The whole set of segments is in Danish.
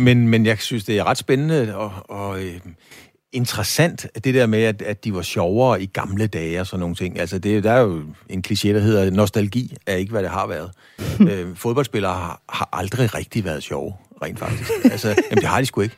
Men jeg synes, det er ret spændende og interessant, det der med, at de var sjovere i gamle dage og sådan nogle ting. Altså, der er jo en kliché, der hedder, nostalgi er ikke, hvad det har været. Fodboldspillere har aldrig rigtig været sjove, rent faktisk. Altså, jamen, det har de sgu ikke.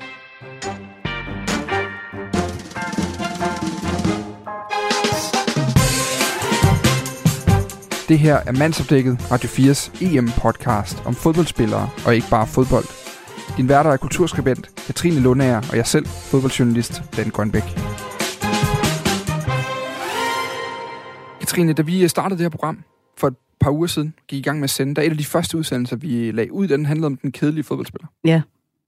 Det her er Mandsopdækket, Radio 4's EM-podcast om fodboldspillere og ikke bare fodbold. Din værter er kulturskribent Katrine Lundager og jeg selv, fodboldjournalist Dan Grønbæk. Katrine, da vi startede det her program for et par uger siden, gik i gang med at sende, der er et af de første udsendelser, vi lagde ud, den handlede om den kedelige fodboldspiller. Ja.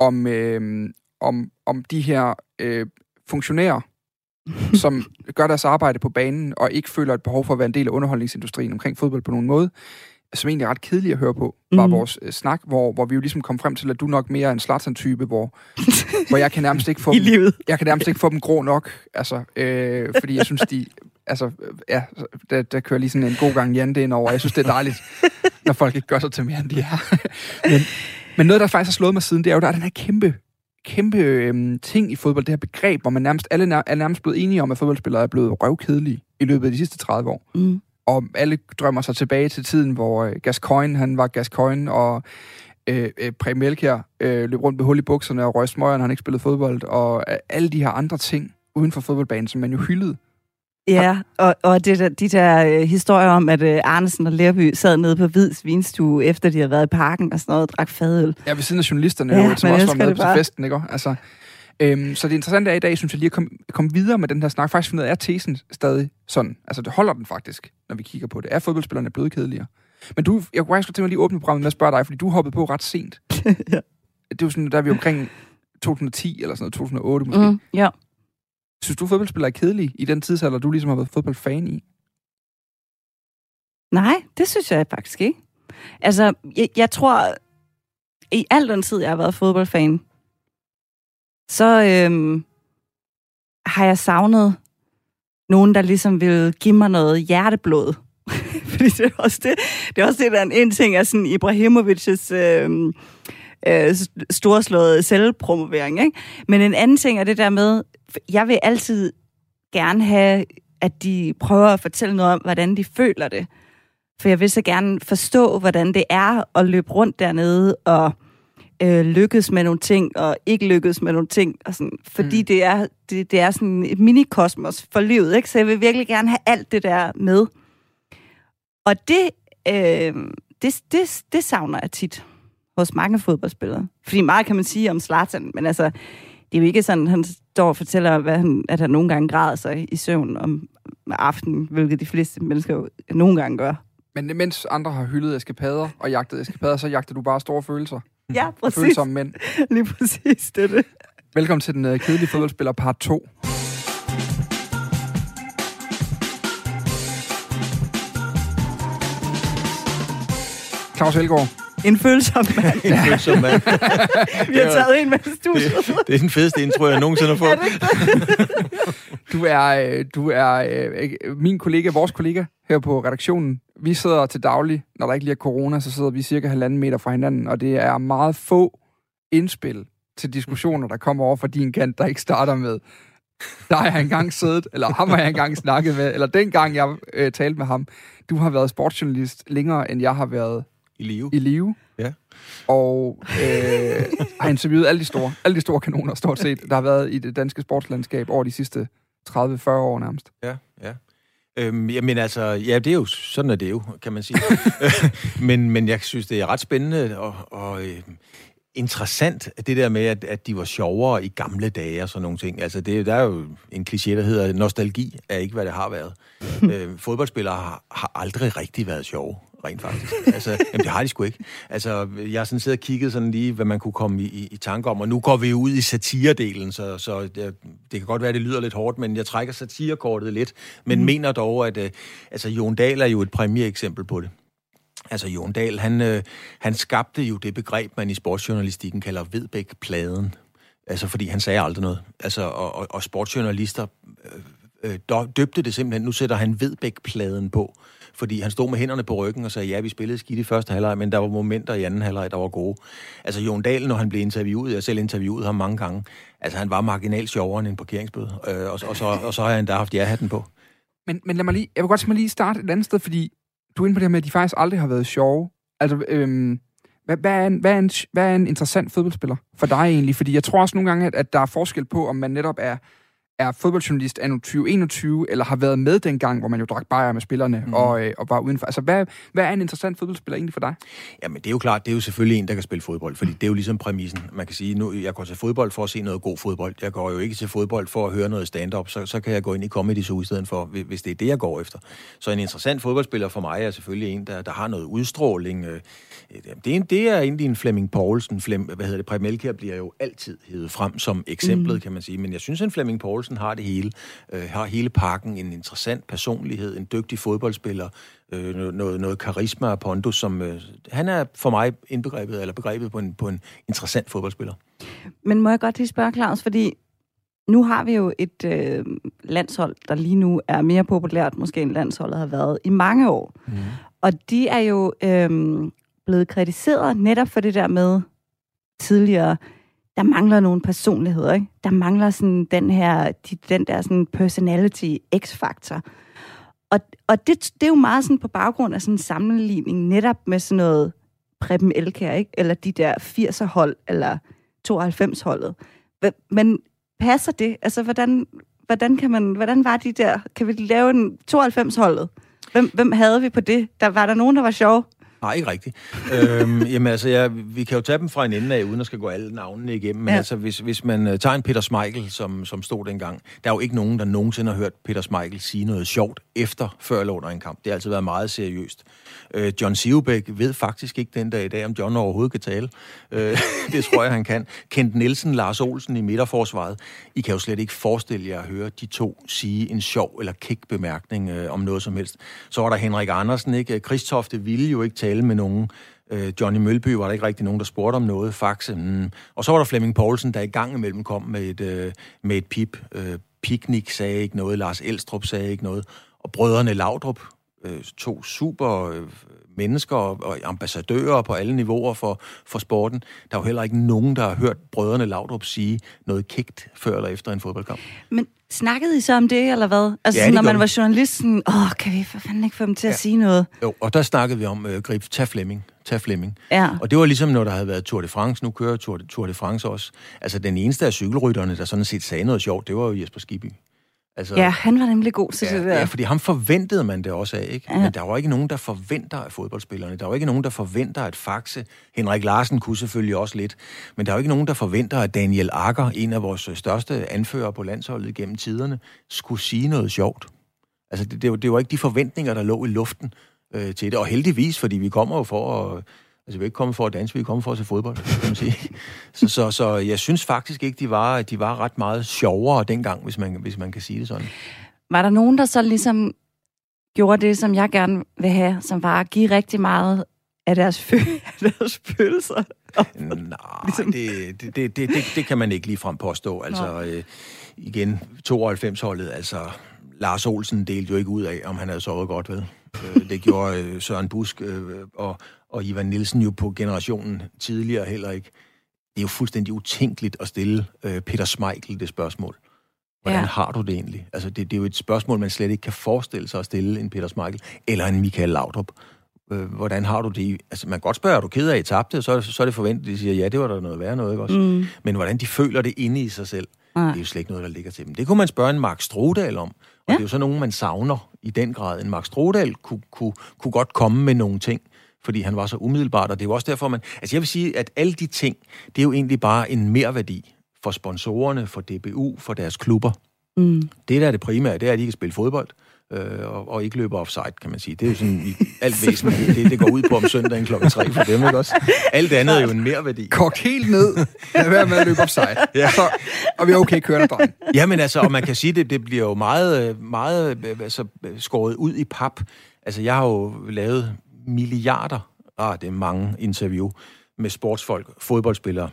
Om de her funktionærer, som gør deres arbejde på banen og ikke føler et behov for at være en del af underholdningsindustrien omkring fodbold på nogen måde, som egentlig er ret kedeligt at høre på, var vores snak, hvor vi jo ligesom kom frem til, at du nok mere er en Zlatan-type, hvor jeg kan nærmest ikke få dem, jeg kan nærmest ikke få dem grå nok, altså, fordi jeg synes, der kører lige sådan en god gang Jante ind over. Jeg synes, det er dejligt, når folk ikke gør sig til mere, end de er. men noget, der faktisk har slået mig siden, det er jo, der er den her kæmpe ting i fodbold, det her begreb, hvor man alle er nærmest blevet enige om, at fodboldspillere er blevet røvkedelige i løbet af de sidste 30 år. Mm. Og alle drømmer sig tilbage til tiden, hvor Gascoigne, han var Gascoigne, og Preben Melchior løb rundt med hul i bukserne, og Roy Smøger, han ikke spillede fodbold, og alle de her andre ting uden for fodboldbanen, som man jo hyldede. Ja, og de der historier om, at Arnesen og Lerby sad nede på Hvids vinstue, efter de havde været i parken og sådan noget, og drak fadøl. Ja, ved siden af journalisterne, som også var med til festen, ikke? Altså, så det interessante er i dag, synes jeg lige at komme videre med den her snak. Faktisk finde ud af, er tesen stadig sådan? Altså, det holder den faktisk, når vi kigger på det. Er fodboldspillerne blevet kedeligere? Men jeg kunne faktisk tænke mig lige åbne programmet med at spørge dig, fordi du hoppede på ret sent. Ja. Det er jo sådan, der er vi omkring 2010 eller sådan noget, 2008 måske. Ja. Synes du, fodboldspillere er kedelige i den tidsalder, du ligesom har været fodboldfan i? Nej, det synes jeg faktisk ikke. Altså, jeg tror, i al den tid, jeg har været fodboldfan, så har jeg savnet nogen, der ligesom vil give mig noget hjerteblod. Fordi det er også det, der er en ting af sådan Ibrahimovics storslåede selvpromovering, ikke? Men en anden ting er det der med, jeg vil altid gerne have, at de prøver at fortælle noget om, hvordan de føler det. For jeg vil så gerne forstå, hvordan det er at løbe rundt dernede og lykkes med nogle ting, og ikke lykkes med nogle ting. Og sådan, fordi det er sådan et minikosmos for livet, ikke? Så jeg vil virkelig gerne have alt det der med. Og det savner jeg tit hos mange fodboldspillere. Fordi meget kan man sige om Zlatan, men altså, det er jo ikke sådan, han står og fortæller, at han nogle gange græder sig i søvn om aftenen, hvilket de fleste mennesker jo nogle gange gør. Men mens andre har hyldet eskapader og jagtet eskapader, så jagter du bare store følelser. Ja, præcis. Følsomme mænd. Lige præcis, det er det. Velkommen til den kedelige fodboldspiller part 2. Claus Elgaard. En følsom mand. En følsom mand. Vi har taget en med studiet. Det er den fedeste intro, jeg nogensinde har fået. Du er min kollega, vores kollega her på redaktionen. Vi sidder til daglig, når der ikke lige er corona, så sidder vi cirka 1,5 meter fra hinanden, og det er meget få indspil til diskussioner, der kommer over for din kant, der ikke starter med, der har jeg engang siddet, eller ham har jeg engang snakket med, eller dengang jeg talte med ham. Du har været sportsjournalist længere, end jeg har været i live. Ja. Og har interviewet alle de store kanoner, stort set, der har været i det danske sportslandskab over de sidste 30-40 år nærmest. Ja. Jamen altså, ja, det er jo, sådan er det jo, kan man sige. men jeg synes, det er ret spændende og interessant, det der med, at de var sjovere i gamle dage og sådan nogle ting. Altså, der er jo en kliché, der hedder, nostalgi er ikke, hvad det har været. Fodboldspillere har aldrig rigtig været sjove, rent faktisk. Altså, jamen, det har de sgu ikke. Altså, jeg har sådan siddet og kigget sådan lige, hvad man kunne komme i tanke om, og nu går vi jo ud i satiredelen, så det kan godt være, det lyder lidt hårdt, men jeg trækker satirekortet lidt, men mener dog, at Jon Dahl er jo et præmieeksempel på det. Altså, Jon Dahl, han skabte jo det begreb, man i sportsjournalistikken kalder Vedbæk-pladen. Altså, fordi han sagde aldrig noget. Altså, og sportsjournalister døbte det simpelthen, nu sætter han Vedbæk-pladen på. fordi han stod med hænderne på ryggen og sagde, ja, vi spillede skidt i første halvleg, men der var momenter i anden halvleg, der var gode. Altså Jon Dahl, når han blev interviewet, jeg selv interviewet ham mange gange, altså han var marginalt sjovere end en parkeringsbøde, og så har han da haft ja-hatten på. Men lad mig lige, jeg vil godt lige starte et andet sted, fordi du er inde på det her med, at de faktisk aldrig har været sjove. Altså, hvad er en interessant fodboldspiller for dig egentlig? Fordi jeg tror også nogle gange, at der er forskel på, om man netop er fodboldjournalist anno 2021, eller har været med dengang, hvor man jo drak bajer med spillerne og var udenfor. Altså, hvad er en interessant fodboldspiller egentlig for dig? Jamen, det er jo klart, det er jo selvfølgelig en, der kan spille fodbold, fordi det er jo ligesom præmissen. Man kan sige, nu jeg går til fodbold for at se noget god fodbold. Jeg går jo ikke til fodbold for at høre noget stand-up, så kan jeg gå ind i Comedy Zoo i stedet for, hvis det er det, jeg går efter. Så en interessant fodboldspiller for mig er selvfølgelig en, der har noget udstråling. Det er egentlig en Flemming Poulsen. Preben Elkjær bliver jo altid hævet frem som eksemplet, kan man sige. Men jeg synes, en Flemming Poulsen har det hele. Har hele pakken. En interessant personlighed, en dygtig fodboldspiller, noget karisma og pondus, som han er for mig begrebet på en interessant fodboldspiller. Men må jeg godt lige spørge, Claus, fordi nu har vi jo et landshold, der lige nu er mere populært, måske end landsholdet har været i mange år. Mm. Og de er jo blevet kritiseret netop for det der med tidligere, der mangler nogle personligheder, ikke? Der mangler sådan den der sådan personality X-faktor. Og det er jo meget sådan på baggrund af sådan en sammenligning netop med sådan noget Preben Elkjær, ikke? Eller de der 80'er-hold, eller 92-holdet. Men passer det? Altså, hvordan var de der? Kan vi lave en 92-holdet? Hvem havde vi på det? Var der nogen, der var sjov? Nej, ikke rigtigt. Jamen altså, vi kan jo tage dem fra en ende af, uden at skal gå alle navnene igennem. Men altså, hvis man tager en Peter Schmeichel, som stod dengang, der er jo ikke nogen, der nogensinde har hørt Peter Schmeichel sige noget sjovt før eller under en kamp. Det har altid været meget seriøst. John Sivebæk ved faktisk ikke den dag i dag, om John overhovedet kan tale. Det tror jeg, han kan. Kent Nielsen, Lars Olsen i midterforsvaret. I kan jo slet ikke forestille jer at høre de to sige en sjov eller kæk bemærkning om noget som helst. Så var der Henrik Andersen, ikke? Christofte ville jo ikke tale med nogen. Johnny Mølby var der ikke rigtig nogen, der spurgte om noget. Faxe. Og så var der Flemming Poulsen, der i gang imellem kom med et pip. Picnic sagde ikke noget. Lars Elstrup sagde ikke noget. Og brødrene Laudrup, to super mennesker og ambassadører på alle niveauer for sporten. Der er jo heller ikke nogen, der har hørt brødrene Laudrup sige noget kægt før eller efter en fodboldkamp. Men snakkede I så om det, eller hvad? Altså, ja, når man var journalisten, kan vi for fanden ikke få dem til at sige noget? Jo, og der snakkede vi om, tag Flemming. Ja. Og det var ligesom, når der havde været Tour de France, nu kører Tour de France også. Altså, den eneste af cykelrytterne, der sådan set sagde noget sjovt, det var jo Jesper Skibby. Altså, ja, han var nemlig god til det der. Ja, fordi ham forventede man det også af, ikke? Ja. Men der var ikke nogen, der forventer af fodboldspillerne. Der var ikke nogen, der forventer at Faxe. Henrik Larsen kunne selvfølgelig også lidt. Men der var ikke nogen, der forventer at Daniel Agger, en af vores største anfører på landsholdet gennem tiderne, skulle sige noget sjovt. Altså, det var ikke de forventninger, der lå i luften til det. Og heldigvis, fordi vi kommer jo for at... Altså, vi er ikke kommet for at danse, vi er kommet for at se fodbold, kan man sige. Så jeg synes faktisk ikke, de var ret meget sjovere dengang, hvis man kan sige det sådan. Var der nogen, der så ligesom gjorde det, som jeg gerne vil have, som var at give rigtig meget af deres følelser? Nej, ligesom... det kan man ikke ligefrem påstå. Altså, igen, 92-holdet, altså... Lars Olsen delte jo ikke ud af, om han havde sovet godt, vel? Det gjorde Søren Busk og Ivan Nielsen jo på generationen tidligere heller ikke. Det er jo fuldstændig utænkeligt at stille Peter Schmeichel det spørgsmål. Hvordan har du det egentlig? Altså, det er jo et spørgsmål, man slet ikke kan forestille sig at stille en Peter Schmeichel eller en Michael Laudrup. Hvordan har du det? Altså, man kan godt spørge, er du ked af, at I tabte? Så er det forventet, at de siger, ja, det var der noget værre noget, ikke også? Mm. Men hvordan de føler det inde i sig selv, det er jo slet ikke noget, der ligger til dem. Det kunne man spørge en Mark Strudal om. Og det er jo så nogen, man savner i den grad. En Mark Strudal kunne godt komme med nogle ting, fordi han var så umiddelbart, og det er jo også derfor, Altså jeg vil sige, at alle de ting, det er jo egentlig bare en merværdi for sponsorerne, for DBU, for deres klubber. Mm. Det, der er det primære, det er, at de kan spille fodbold, og ikke løber offside, kan man sige. Det er jo sådan i alt væsentligt. Det går ud på om søndagen 3:00 for dem, ikke også? Alt andet er jo en merværdi. Kogt helt ned. Lad være med at løbe offside. Ja. Så, og vi er okay kørende, dreng. Jamen altså, og man kan sige, det bliver jo meget altså, skåret ud i pap. Altså, jeg har jo lavet milliarder, det er mange interview, med sportsfolk, fodboldspillere,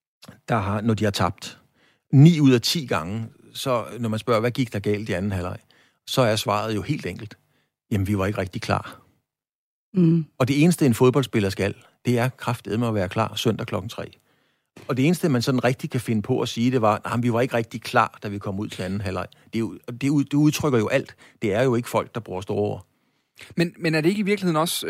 når de har tabt 9 ud af 10 gange, så når man spørger, hvad gik der galt i anden halvleg, så er svaret jo helt enkelt. Jamen, vi var ikke rigtig klar. Og det eneste, en fodboldspiller skal, det er kraftedme at være klar søndag 3:00. Og det eneste, man sådan rigtig kan finde på at sige, det var, at vi var ikke rigtig klar, da vi kom ud til anden halvleg. Det udtrykker jo alt. Det er jo ikke folk, der bruger store ord. Men er det ikke i virkeligheden også...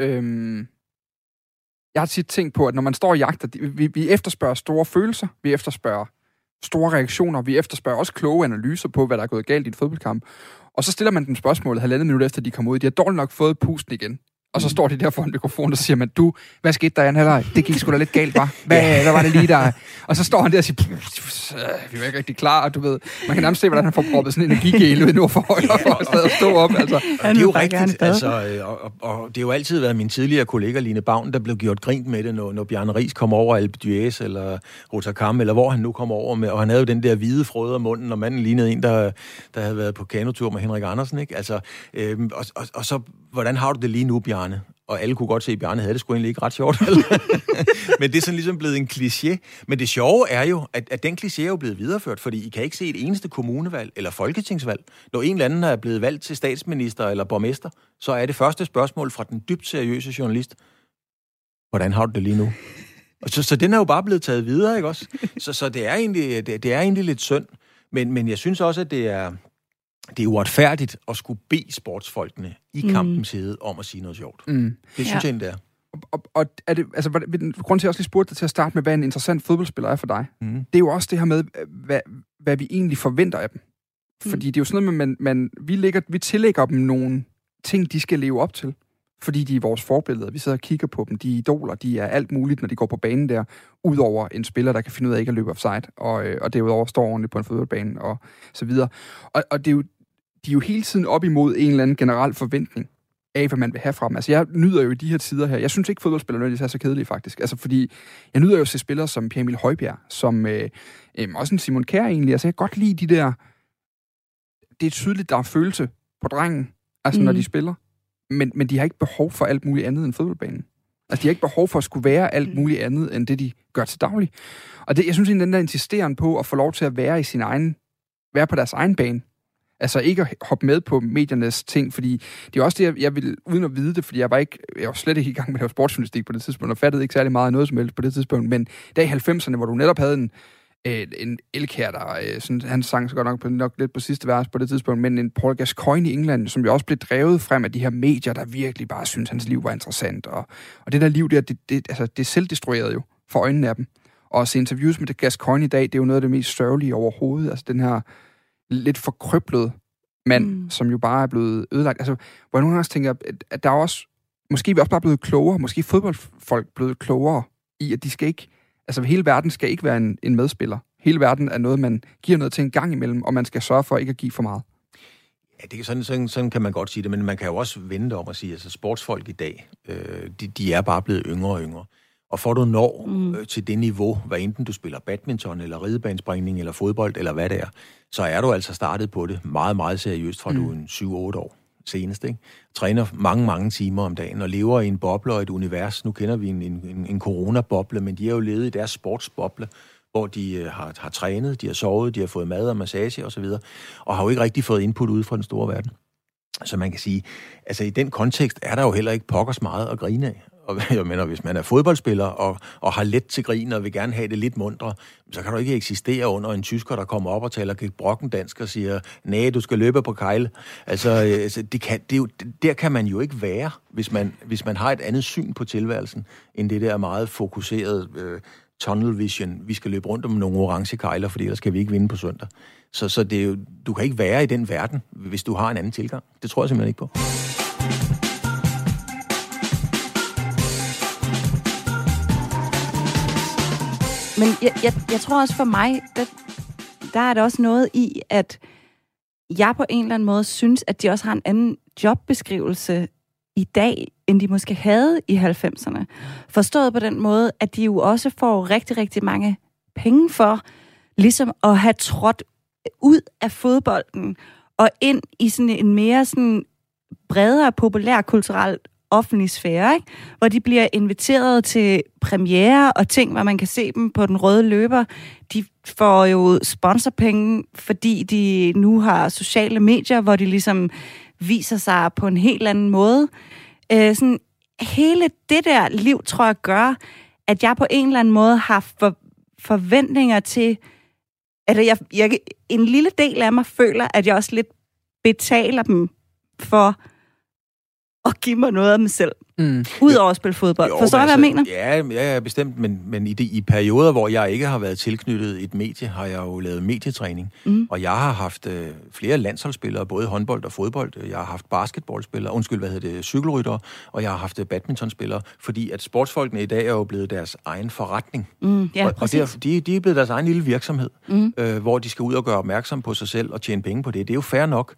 Jeg har tit tænkt på, at når man står og jagter... Vi efterspørger store følelser, vi efterspørger store reaktioner, vi efterspørger også kloge analyser på, hvad der er gået galt i en fodboldkamp. Og så stiller man dem spørgsmålet 1,5 minut efter, de kommer ud. De har dårligt nok fået pusten igen. Og så står de der foran mikrofonen og siger, man, hvad skete der i anden halvleg? Det gik sgu da lidt galt, var. Hvad var det lige der? Og så står han der og siger, vi var ikke rigtig klar, og du ved, man kan nærmest se, hvordan han får proppet sådan en energigel ud nord for højre, for at stadig stå op. Altså. Det er jo rigtigt, altså, og det har jo altid været min tidligere kollega, Line Bavn, der blev gjort grint med det, når Bjarne Riis kom over Alpe d'Huez, eller Rotterdam, eller hvor han nu kom over med, og han havde jo den der hvide frøde af munden, og manden lignede en, der havde været på kanotur med Henrik Andersen, ikke? Altså, og så, hvordan har du det lige nu, Bjarne? Og alle kunne godt se, at Bjarne havde det sgu egentlig ikke ret sjovt. Men det er sådan ligesom blevet en kliché. Men det sjove er jo, at den kliché er jo blevet videreført, fordi I kan ikke se et eneste kommunevalg eller folketingsvalg. Når en eller anden er blevet valgt til statsminister eller borgmester, så er det første spørgsmål fra den dybt seriøse journalist: hvordan har du det lige nu? Så den er jo bare blevet taget videre, ikke også? Så det er egentlig lidt synd. Men jeg synes også, at det er uretfærdigt at skulle bede sportsfolkene i kampens hede om at sige noget sjovt. Det synes jeg egentlig, det er. Og er det, altså, grund til, at jeg også lige spurgte dig til at starte med, hvad en interessant fodboldspiller er for dig, det er jo også det her med, hvad vi egentlig forventer af dem. Fordi det er jo sådan noget med, vi tillægger dem nogle ting, de skal leve op til. Fordi de er vores forbilleder. Vi sidder og kigger på dem. De er idoler. De er alt muligt, når de går på banen der. Udover en spiller, der kan finde ud af ikke at løbe offside. Og derudover står ordentligt på en fodboldbane og så videre. Og det er jo, de er jo hele tiden op imod en eller anden generel forventning af, hvad man vil have fra dem. Altså, jeg nyder jo i de her tider her. Jeg synes ikke, fodboldspillere nødvendigvis er så kedelige, faktisk. Altså, fordi jeg nyder jo at se spillere som Pierre Emil Højbjerg, som også en Simon Kjær egentlig. Altså, jeg kan godt lide de der... Det er tydeligt, der er følelse på drengen, altså, når de spiller. Men de har ikke behov for alt muligt andet end fodboldbanen. Altså, de har ikke behov for at skulle være alt muligt andet, end det, de gør til daglig. Og det, jeg synes egentlig, den der insisteren på at få lov til at være på deres egen bane, altså ikke at hoppe med på mediernes ting, fordi det er også det, jeg vil, uden at vide det, fordi jeg var slet ikke i gang med at lave sportsjournalistik på det tidspunkt, og fattede ikke særlig meget af noget som helst på det tidspunkt, men der i 90'erne, hvor du netop havde en Elkjær, der han sang så godt nok lidt på sidste vers på det tidspunkt, men en Paul Gascoigne i England, som jo også blev drevet frem af de her medier, der virkelig bare synes hans liv var interessant, og det der liv der, det er selvdestrueret jo for øjnene af dem. Og at se interviews med Gascoigne i dag, det er jo noget af det mest sørgelige overhovedet, altså den her lidt forkrøblede mand, som jo bare er blevet ødelagt. Altså, hvor jeg nogle gange også tænker, at der er også, måske er vi også bare blevet klogere, måske fodboldfolk blevet klogere i, at de skal ikke, altså hele verden skal ikke være en medspiller. Hele verden er noget, man giver noget til en gang imellem, og man skal sørge for ikke at give for meget. Ja, det er sådan kan man godt sige det, men man kan jo også vende om at sige, altså sportsfolk i dag, de er bare blevet yngre og yngre. Og for du når til det niveau, hvad enten du spiller badminton, eller ridebanespringning, eller fodbold, eller hvad det er, så er du altså startet på det meget, meget seriøst, fra du er 7-8 år senest, ikke? Træner mange, mange timer om dagen, og lever i en boble og et univers. Nu kender vi en coronaboble, men de har jo levet i deres sportsboble, hvor de har trænet, de har sovet, de har fået mad og massage osv., og har jo ikke rigtig fået input ude fra den store verden. Så man kan sige, altså i den kontekst er der jo heller ikke pokkers meget at grine af. Og jeg mener, hvis man er fodboldspiller og har let til grin og vil gerne have det lidt mundre, så kan du ikke eksistere under en tysker, der kommer op og taler gebrokken dansk og siger, nej, du skal løbe på kejle. Altså, der kan man jo ikke være, hvis man har et andet syn på tilværelsen, end det der meget fokuserede tunnel vision. Vi skal løbe rundt om nogle orange kejler, fordi ellers skal vi ikke vinde på søndag. Så det er jo, du kan ikke være i den verden, hvis du har en anden tilgang. Det tror jeg simpelthen ikke på. Men jeg tror også for mig, der er der også noget i, at jeg på en eller anden måde synes, at de også har en anden jobbeskrivelse i dag, end de måske havde i 90'erne. Forstået på den måde, at de jo også får rigtig, rigtig mange penge for ligesom at have trådt ud af fodbolden og ind i sådan en mere sådan bredere, populær, kulturel offentlig sfære, ikke? Hvor de bliver inviteret til premiere og ting, hvor man kan se dem på den røde løber. De får jo sponsorpenge, fordi de nu har sociale medier, hvor de ligesom viser sig på en helt anden måde. Sådan, hele det der liv, tror jeg, gør, at jeg på en eller anden måde har forventninger til, at en lille del af mig føler, at jeg også lidt betaler dem for at give mig noget af mig selv. Udover at spille fodbold. Forstår du, hvad jeg mener? Ja, bestemt. Men i perioder, hvor jeg ikke har været tilknyttet et medie, har jeg jo lavet medietræning. Og jeg har haft flere landsholdsspillere, både håndbold og fodbold. Jeg har haft basketballspillere, cykelryttere, og jeg har haft badmintonspillere, fordi at sportsfolkene i dag er jo blevet deres egen forretning. Og de er blevet deres egen lille virksomhed, hvor de skal ud og gøre opmærksom på sig selv og tjene penge på det. Det er jo fair nok.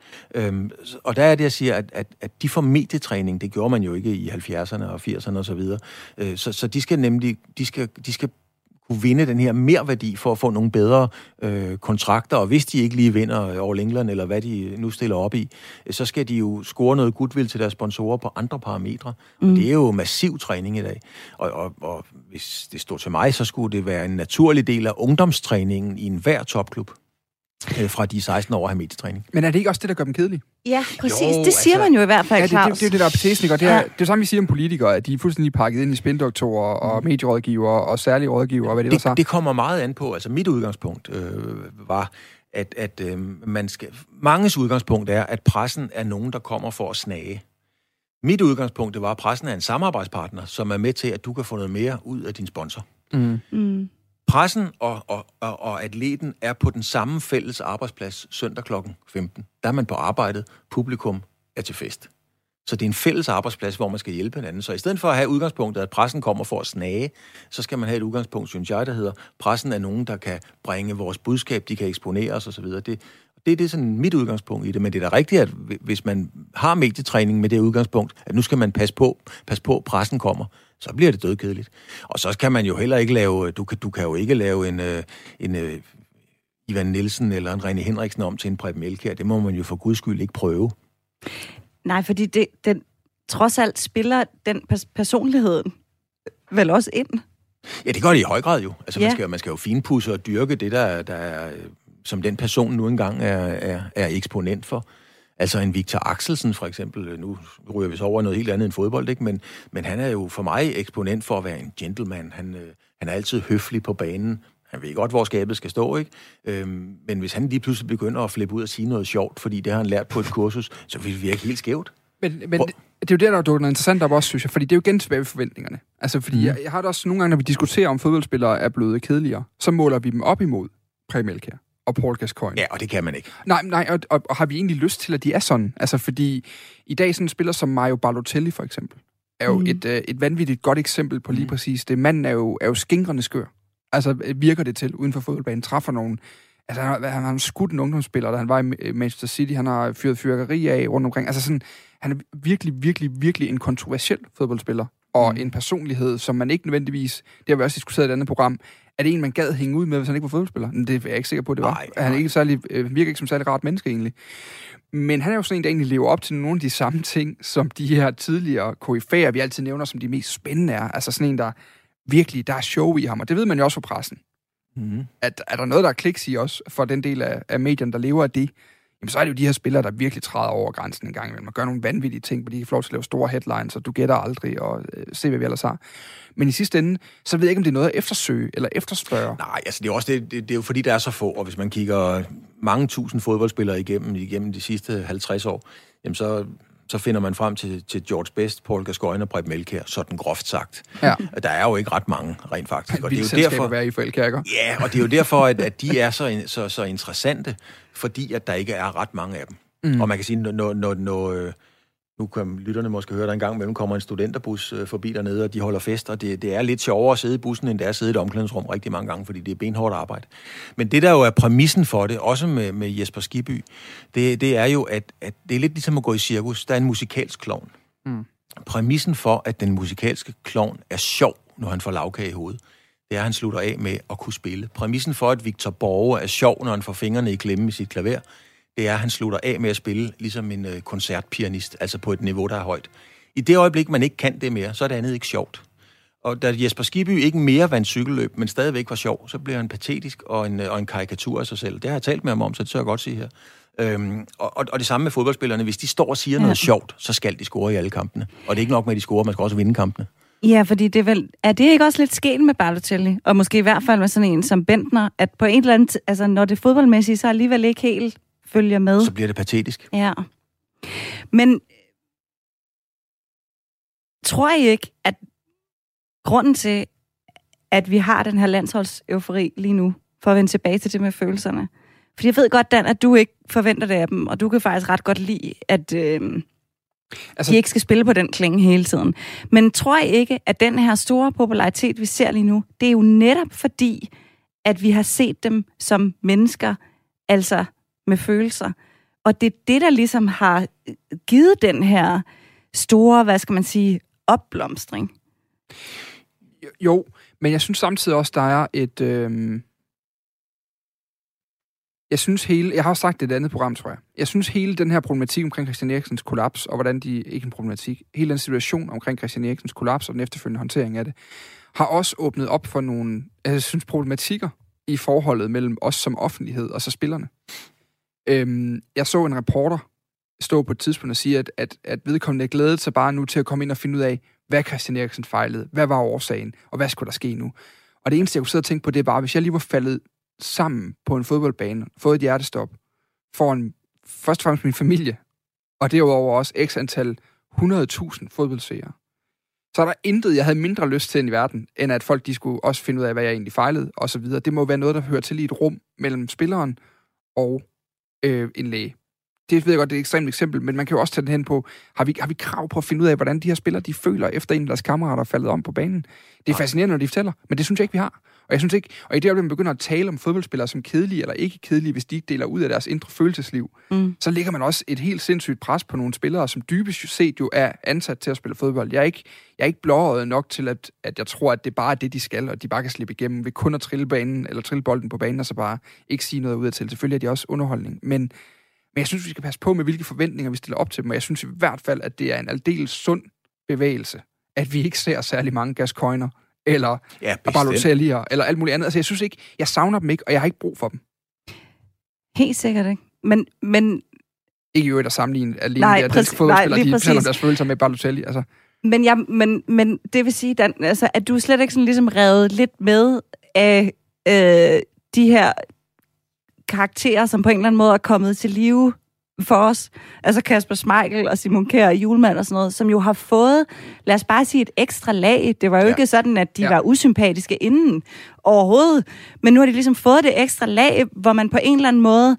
Og der er det, jeg siger, at de får medietræning. Det gjorde man jo ikke i 70'erne og 80'erne og så videre. Så de skal nemlig, de skal kunne vinde den her merværdi for at få nogle bedre kontrakter, og hvis de ikke lige vinder All England, eller hvad de nu stiller op i, så skal de jo score noget goodwill til deres sponsorer på andre parametre. Og det er jo massiv træning i dag. Og hvis det står til mig, så skulle det være en naturlig del af ungdomstræningen i enhver topklub. Fra de 16 år at have medietræning. Men er det ikke også det, der gør dem kedelige? Ja, præcis. Det siger man jo i hvert fald, ja, det er det, der er tesen, og det er samme, vi siger om politikere, at de er fuldstændig pakket ind i spindoktorer og medierådgivere og særlige rådgivere, og hvad det var. Det kommer meget an på. Altså mit udgangspunkt var, at manges udgangspunkt er, at pressen er nogen, der kommer for at snage. Mit udgangspunkt var, at pressen er en samarbejdspartner, som er med til, at du kan få noget mere ud af din sponsor. Pressen og atleten er på den samme fælles arbejdsplads søndag kl. 15. Der er man på arbejdet, publikum er til fest. Så det er en fælles arbejdsplads, hvor man skal hjælpe hinanden. Så i stedet for at have udgangspunktet, at pressen kommer for at snage, så skal man have et udgangspunkt, synes jeg, der hedder, pressen er nogen, der kan bringe vores budskab, de kan eksponere os osv. Det er sådan mit udgangspunkt i det, men det er da rigtigt, at hvis man har medietræning med det udgangspunkt, at nu skal man passe på, pressen kommer, så bliver det dødkedeligt. Og så kan man jo heller ikke lave, du kan jo ikke lave en Ivan Nielsen eller en René Henriksen om til en Preben Elkjær. Det må man jo for guds skyld ikke prøve. Nej, fordi den trods alt spiller den personligheden vel også ind? Ja, det gør det i høj grad jo. Altså man skal jo finpudse og dyrke det, der er, som den person nu engang er eksponent for. Altså en Victor Axelsen for eksempel, nu ryger vi så over noget helt andet end fodbold, ikke? Men han er jo for mig eksponent for at være en gentleman. Han er altid høflig på banen. Han ved godt, hvor skabet skal stå, ikke? Men hvis han lige pludselig begynder at flippe ud og sige noget sjovt, fordi det har han lært på et kursus, så vil det virke helt skævt. Men det er jo det, der er noget interessant op også, synes jeg, fordi det er jo igen tilbage ved forventningerne. Altså, fordi jeg har det også nogle gange, når vi diskuterer, om fodboldspillere er blevet kedeligere, så måler vi dem op imod Preben Elkjær og Paul Gascoigne. Ja, og det kan man ikke. Nej, og har vi egentlig lyst til, at de er sådan? Altså, fordi i dag sådan en spiller som Mario Balotelli, for eksempel, er jo et vanvittigt godt eksempel på lige præcis det. Manden er jo skingrende skør. Altså, virker det til, uden for fodboldbanen, træffer nogen. Altså, han har skudt en ungdomsspiller, da han var i Manchester City. Han har fyret fyrværkeri af rundt omkring. Altså, sådan, han er virkelig, virkelig, virkelig en kontroversiel fodboldspiller. Og en personlighed, som man ikke nødvendigvis, det har vi også diskuteret i et andet program, er det en, man gad hænge ud med, hvis han ikke var fodboldspiller? Det er jeg ikke sikker på, det var. Han er ikke særlig, virker ikke som særlig rart menneske, egentlig. Men han er jo sådan en, der egentlig lever op til nogle af de samme ting, som de her tidligere koryfæer, vi altid nævner, som de mest spændende er. Altså sådan en, der virkelig, der er show i ham, og det ved man jo også fra pressen. Er der noget, der er kliks i også, for den del af medierne, der lever af det, jamen så er det jo de her spillere, der virkelig træder over grænsen en gang imellem. Man gør nogle vanvittige ting, hvor de kan få lov til at lave store headlines, og du gætter aldrig, og se, hvad vi ellers har. Men i sidste ende, så ved jeg ikke, om det er noget at eftersøge eller efterspørge. Nej, altså det er også det er jo fordi, der er så få, og hvis man kigger mange tusind fodboldspillere igennem de sidste 50 år, jamen så finder man frem til George Best, Paul Gascoigne og Preben Elkjær, sådan groft sagt. Ja. Der er jo ikke ret mange, rent faktisk. Og det er jo derfor, at være i for Elkjær, ikke? Ja, og det er jo derfor, at de er så interessante, fordi at der ikke er ret mange af dem. Og man kan sige, nu kan lytterne måske høre, der engang mellem kommer en studenterbus forbi dernede, og de holder fest, og det er lidt sjovere at sidde i bussen, end det er at sidde i et omklædningsrum rigtig mange gange, fordi det er benhårdt arbejde. Men det, der jo er præmissen for det, også med Jesper Skibby, det er jo, at det er lidt ligesom at gå i cirkus. Der er en musikalsk klovn. Præmissen for, at den musikalske klovn er sjov, når han får lavkage i hovedet, det er, at han slutter af med at kunne spille. Præmissen for, at Victor Borge er sjov, når han får fingrene i klemme i sit klaver, det er, at han slutter af med at spille ligesom en koncertpianist, altså på et niveau, der er højt. I det øjeblik, man ikke kan det mere, så er det andet ikke sjovt. Og da Jesper Skibby ikke mere vandt cykelløb, men stadigvæk var sjov, så bliver han patetisk og en karikatur af sig selv. Det har jeg talt med ham om, så det tør jeg godt sige her. Og det samme med fodboldspillerne. Hvis de står og siger noget sjovt, så skal de score i alle kampene. Og det er ikke nok med, at de scorer, man skal også vinde kampene. Ja, fordi er det ikke også lidt sket med Balotelli? Og måske i hvert fald med sådan en som Bentner, at på en eller anden, altså når det er fodboldmæssigt, så alligevel ikke helt følger med. Så bliver det patetisk. Ja. Men tror I ikke, at grunden til, at vi har den her landsholdseufori lige nu, for at vende tilbage til det med følelserne? Fordi jeg ved godt, Dan, at du ikke forventer det af dem, og du kan faktisk ret godt lide, at de ikke skal spille på den klinge hele tiden. Men tror I ikke, at den her store popularitet, vi ser lige nu, det er jo netop fordi, at vi har set dem som mennesker, altså med følelser. Og det er det, der ligesom har givet den her store, hvad skal man sige, opblomstring. Jo, men jeg synes samtidig også, der er et... Jeg har også sagt det i et andet program, tror jeg. Jeg synes hele den her problematik omkring Christian Eriksens kollaps, og hvordan ikke en problematik, hele den situation omkring Christian Eriksens kollaps og den efterfølgende håndtering af det, har også åbnet op for nogle, jeg synes, problematikker i forholdet mellem os som offentlighed og så spillerne. Jeg så en reporter stå på et tidspunkt og sige, at vedkommende glædede sig bare nu til at komme ind og finde ud af, hvad Christian Eriksen fejlede, hvad var årsagen, og hvad skulle der ske nu. Og det eneste, jeg kunne sidde og tænke på, det er bare, hvis jeg lige var faldet sammen på en fodboldbane, fået et hjertestop, foran først og fremmest min familie, og derudover også x antal 100.000 fodboldseere, så er der intet, jeg havde mindre lyst til i verden, end at folk de skulle også finde ud af, hvad jeg egentlig fejlede, og så videre. Det må være noget, der hører til i et rum mellem spilleren og en læge. Det ved jeg godt, det er et ekstremt eksempel, men man kan jo også tage den hen på, har vi krav på at finde ud af, hvordan de her spillere, de føler, efter en af deres kammerater er faldet om på banen. Det er fascinerende, når de fortæller, men det synes jeg ikke, vi har. Og jeg synes ikke, og i det øjeblik, man begynder at tale om fodboldspillere som kedelige eller ikke kedelige, hvis de ikke deler ud af deres indre følelsesliv, så lægger man også et helt sindssygt pres på nogle spillere, som dybest set jo er ansat til at spille fodbold. Jeg er ikke blåøjet nok til, at jeg tror, at det bare er det, de skal, og de bare kan slippe igennem ved kun at trille banen, eller trille bolden på banen, og så bare ikke sige noget ud af til. Selvfølgelig er de også underholdning, men jeg synes, vi skal passe på med, hvilke forventninger vi stiller op til dem, og jeg synes i hvert fald, at det er en aldeles sund bevægelse, at vi ikke ser særlig mange Gascoigner, eller Balotellier, eller alt muligt andet. Altså, jeg synes ikke, jeg savner dem ikke, og jeg har ikke brug for dem. Helt sikkert ikke. Men ikke jo at sammenligne alene de danske fodboldspillere, de fortæller deres følelser med Balotelli, altså. Men det vil sige, Dan, altså, at du slet ikke sådan ligesom revet lidt med af de her karakterer, som på en eller anden måde er kommet til live for os. Altså Kasper Schmeichel og Simon Kjær og Hjulmand og sådan noget, som jo har fået, lad os bare sige, et ekstra lag. Det var jo ikke sådan, at de var usympatiske inden overhovedet, men nu har de ligesom fået det ekstra lag, hvor man på en eller anden måde,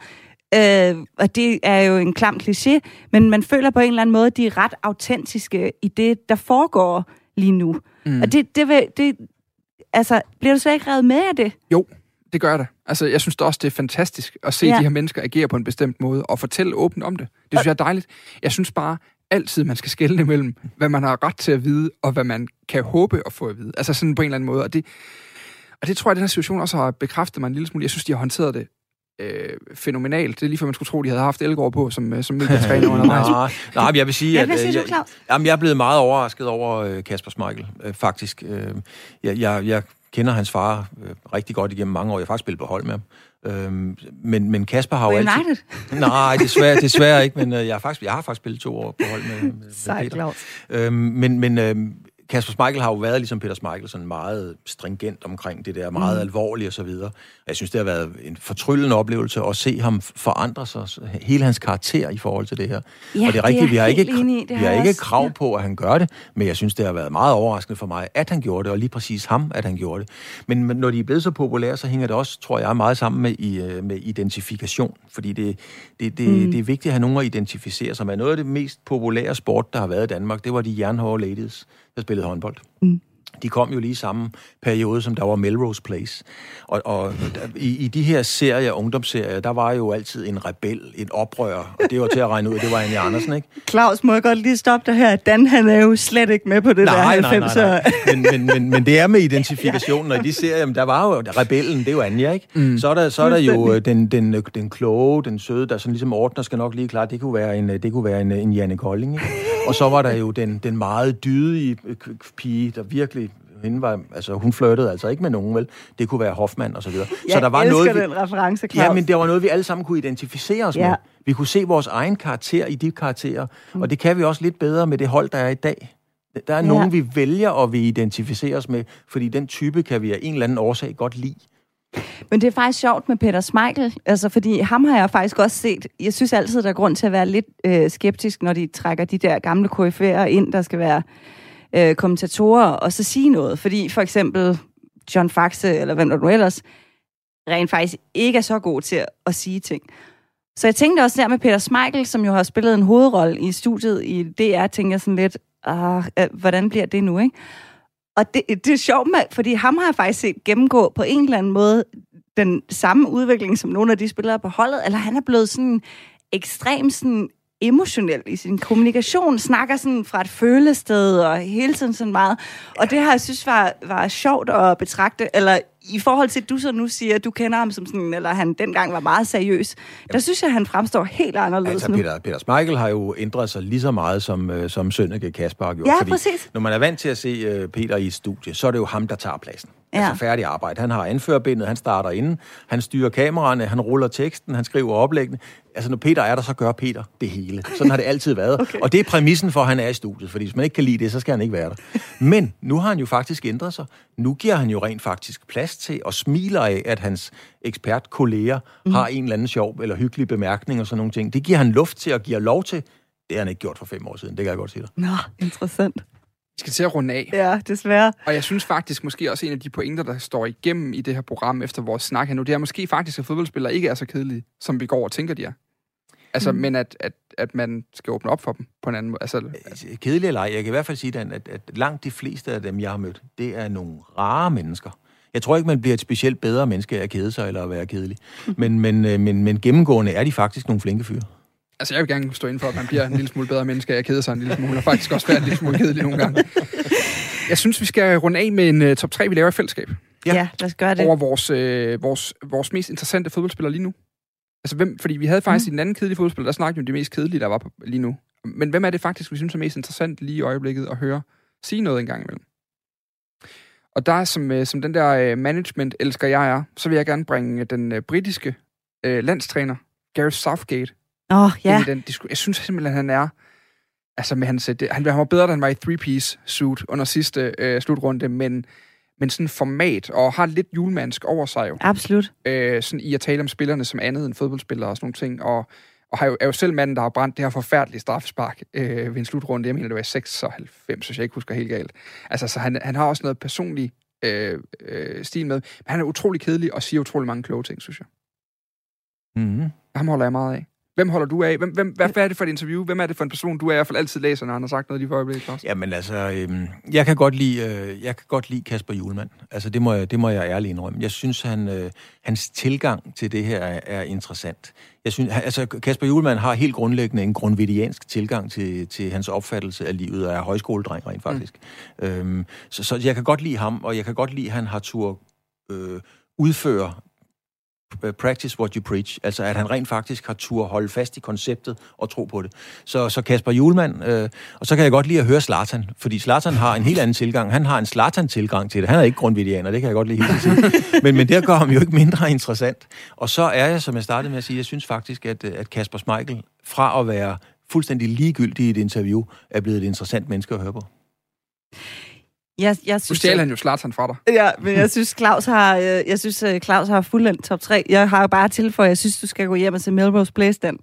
og det er jo en klam kliché, men man føler på en eller anden måde, de er ret autentiske i det, der foregår lige nu. Og det altså, bliver du slet ikke revet med af det? Jo. Det gør det. Altså, jeg synes også, det er fantastisk at se de her mennesker agere på en bestemt måde, og fortælle åbent om det. Det synes jeg er dejligt. Jeg synes bare altid, man skal skelne imellem, hvad man har ret til at vide, og hvad man kan håbe at få at vide. Altså sådan på en eller anden måde. Og det tror jeg, den her situation også har bekræftet mig en lille smule. Jeg synes, de har håndteret det fænomenalt. Det er lige før man skulle tro, de havde haft Elgård på som medietræner undervejs. Nej, jeg vil sige, at jeg er blevet meget overrasket over Kasper Schmeichel, faktisk. Jeg kender hans far rigtig godt igennem mange år. Jeg har faktisk spillet på hold med ham. Men Kasper har jo altid... Nej, desværre ikke, men jeg har faktisk spillet 2 år på hold med Peter. Men Kasper Schmeichel har jo været ligesom Peter Schmeichel, sådan meget stringent omkring det der, meget alvorligt og så videre. Jeg synes, det har været en fortryllende oplevelse at se ham forandre sig, hele hans karakter i forhold til det her. Ja, og det er rigtigt, vi har ikke krav på, at han gør det, men jeg synes, det har været meget overraskende for mig, at han gjorde det, og lige præcis ham, at han gjorde det. Men når de er blevet så populære, så hænger det også, tror jeg, meget sammen med identifikation, fordi det er vigtigt at have nogen at identificere sig med. Noget af det mest populære sport, der har været i Danmark, det var de jernhårde ladies, der spillede håndbold. De kom jo lige samme periode, som der var Melrose Place. Og i de her ungdomsserier, der var jo altid en rebel, en oprør, og det var til at regne ud, det var Anja Andersen, ikke? Claus, må jeg godt lige stoppe dig her? Dan, han er jo slet ikke med på det der 90'er. Men det er med identifikationen, og i de serier, der var jo rebellen, det er jo Anja, ikke? Så er der jo den kloge, den søde, der sådan ligesom ordner, skal nok lige klart, det kunne være en Janne Kolding, ikke? Og så var der jo den meget dydige pige, der virkelig Hun flirtede altså ikke med nogen, vel? Det kunne være Hoffmann og så videre. Jeg så der var elsker noget, den reference, Claus. Ja, men det var noget, vi alle sammen kunne identificere os med. Vi kunne se vores egen karakter i de karakterer, og det kan vi også lidt bedre med det hold, der er i dag. Der er nogen, vi vælger og vi identificerer os med, fordi den type kan vi af en eller anden årsag godt lide. Men det er faktisk sjovt med Peter Schmeichel, altså fordi ham har jeg faktisk også set. Jeg synes altid, der er grund til at være lidt skeptisk, når de trækker de der gamle KF'er ind, der skal være kommentatorer, og så sige noget. Fordi for eksempel John Faxe, eller hvem der nu ellers, rent faktisk ikke er så god til at sige ting. Så jeg tænkte også der med Peter Schmeichel, som jo har spillet en hovedrolle i studiet i DR, tænker sådan lidt, hvordan bliver det nu, ikke? Og det er sjovt med, fordi ham har jeg faktisk set gennemgå på en eller anden måde den samme udvikling som nogle af de spillere på holdet, eller han er blevet sådan ekstremt sådan emotionel i sin kommunikation, snakker sådan fra et følested og hele tiden sådan meget. Og det har jeg synes var sjovt at betragte, eller i forhold til, at du så nu siger, at du kender ham som sådan, eller han dengang var meget seriøs, der synes jeg, at han fremstår helt anderledes nu. Peter Schmeichel har jo ændret sig lige så meget, som Sønneke Kasper har gjort. Ja, fordi præcis. Når man er vant til at se Peter i et studie, så er det jo ham, der tager pladsen. Ja. Altså færdig arbejde. Han har anførbindet, han starter inden, han styrer kameraerne, han ruller teksten, han skriver oplæggene. Altså når Peter er der, så gør Peter det hele. Sådan har det altid været. Okay. Og det er præmissen for, at han er i studiet. Fordi hvis man ikke kan lide det, så skal han ikke være der. Men nu har han jo faktisk ændret sig. Nu giver han jo rent faktisk plads til og smiler af, at hans ekspertkolleger har en eller anden sjov eller hyggelig bemærkning og sådan nogle ting. Det giver han luft til og giver lov til. Det har han ikke gjort for 5 år siden. Det kan jeg godt sige dig. Nå, interessant. Vi skal til at runde af. Ja, desværre. Og jeg synes faktisk måske også en af de pointer, der står igennem i det her program efter vores snak her nu, det er måske faktisk, at fodboldspillere ikke er så kedelige, som vi går og tænker, de er. Altså, men at man skal åbne op for dem på en anden måde. Altså, kedelige eller ej, jeg kan i hvert fald sige, Dan, at langt de fleste af dem, jeg har mødt, det er nogle rare mennesker. Jeg tror ikke, man bliver et specielt bedre menneske af at kede sig eller at være kedelig. Men gennemgående er de faktisk nogle flinke fyre. Altså, jeg vil gerne stå inden for, at man bliver en lille smule bedre menneske af at kede sig en lille smule, og faktisk også være en lille smule kedelig nogle gange. Jeg synes, vi skal runde af med en top 3, vi laver i fællesskab. Ja, lad os gøre det. Over vores mest interessante fodboldspillere lige nu. Altså, fordi vi havde faktisk i den anden kedelige fodboldspiller, der snakkede om de mest kedelige, der var på lige nu. Men hvem er det faktisk, vi synes er mest interessant lige i øjeblikket at høre sige noget en gang imellem? Og der som den der management elsker jeg er, så vil jeg gerne bringe den britiske landstræner, Gareth Southgate. Ja. Jeg synes simpelthen, han er... Altså, med han var bedre, da han var i 3-piece suit under sidste slutrunde, men sådan format, og har lidt julemandsk over sig jo. Absolut. Sådan i at tale om spillerne som andet end fodboldspillere og sådan nogle ting, og er jo selv manden, der har brændt det her forfærdelige straffespark ved en slutrunde. Jeg mener, det var i 96, hvis jeg ikke husker helt galt. Altså, så han har også noget personlig stil med, men han er utrolig kedelig og siger utrolig mange kloge ting, synes jeg. Mm-hmm. Ham holder jeg meget af. Hvem holder du af? Hvad er det for et interview? Hvem er det for en person, du er i hvert fald altid læser, når han har sagt noget lige for øjeblikket, Claus? Jamen altså, jeg kan godt lide Kasper Hjulmand. Altså, det må jeg ærligt indrømme. Jeg synes, hans tilgang til det her er interessant. Jeg synes, altså, Kasper Hjulmand har helt grundlæggende en grundvidiansk tilgang til hans opfattelse af livet, og er højskoledreng rent faktisk. Så jeg kan godt lide ham, og jeg kan godt lide, at han har tur udføre practice what you preach. Altså, at han rent faktisk har tur holde fast i konceptet og tro på det. Så Kasper Hjulmand, og så kan jeg godt lide at høre Zlatan, fordi Zlatan har en helt anden tilgang. Han har en Zlatan-tilgang til det. Han er ikke grundvidianer, det kan jeg godt lide helt sige. Men det gør ham jo ikke mindre interessant. Og så er jeg, som jeg startede med at sige, jeg synes faktisk, at Kasper Schmeichel, fra at være fuldstændig ligegyldig i et interview, er blevet et interessant menneske at høre på. Jeg synes, du stjæler han jo Zlatan fra dig. Ja, men jeg synes, Claus har fuldendt top 3. Jeg har jo bare tilføjet, jeg synes, du skal gå hjem og se Melrose Place, Dan.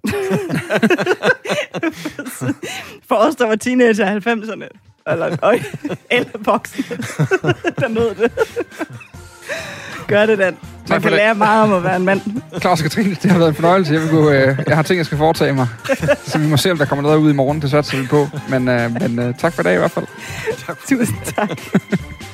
For os, der var teenager i 90'erne. Eller boksen. Der nåede det. Gør det, Dan. Man kan lære meget om at være en mand. Claus og Katrine, det har været en fornøjelse. Jeg har ting, jeg skal foretage mig. Så vi må se, om der kommer noget ud i morgen. Det satser vi på. Men tak for i dag i hvert fald. Tusind tak.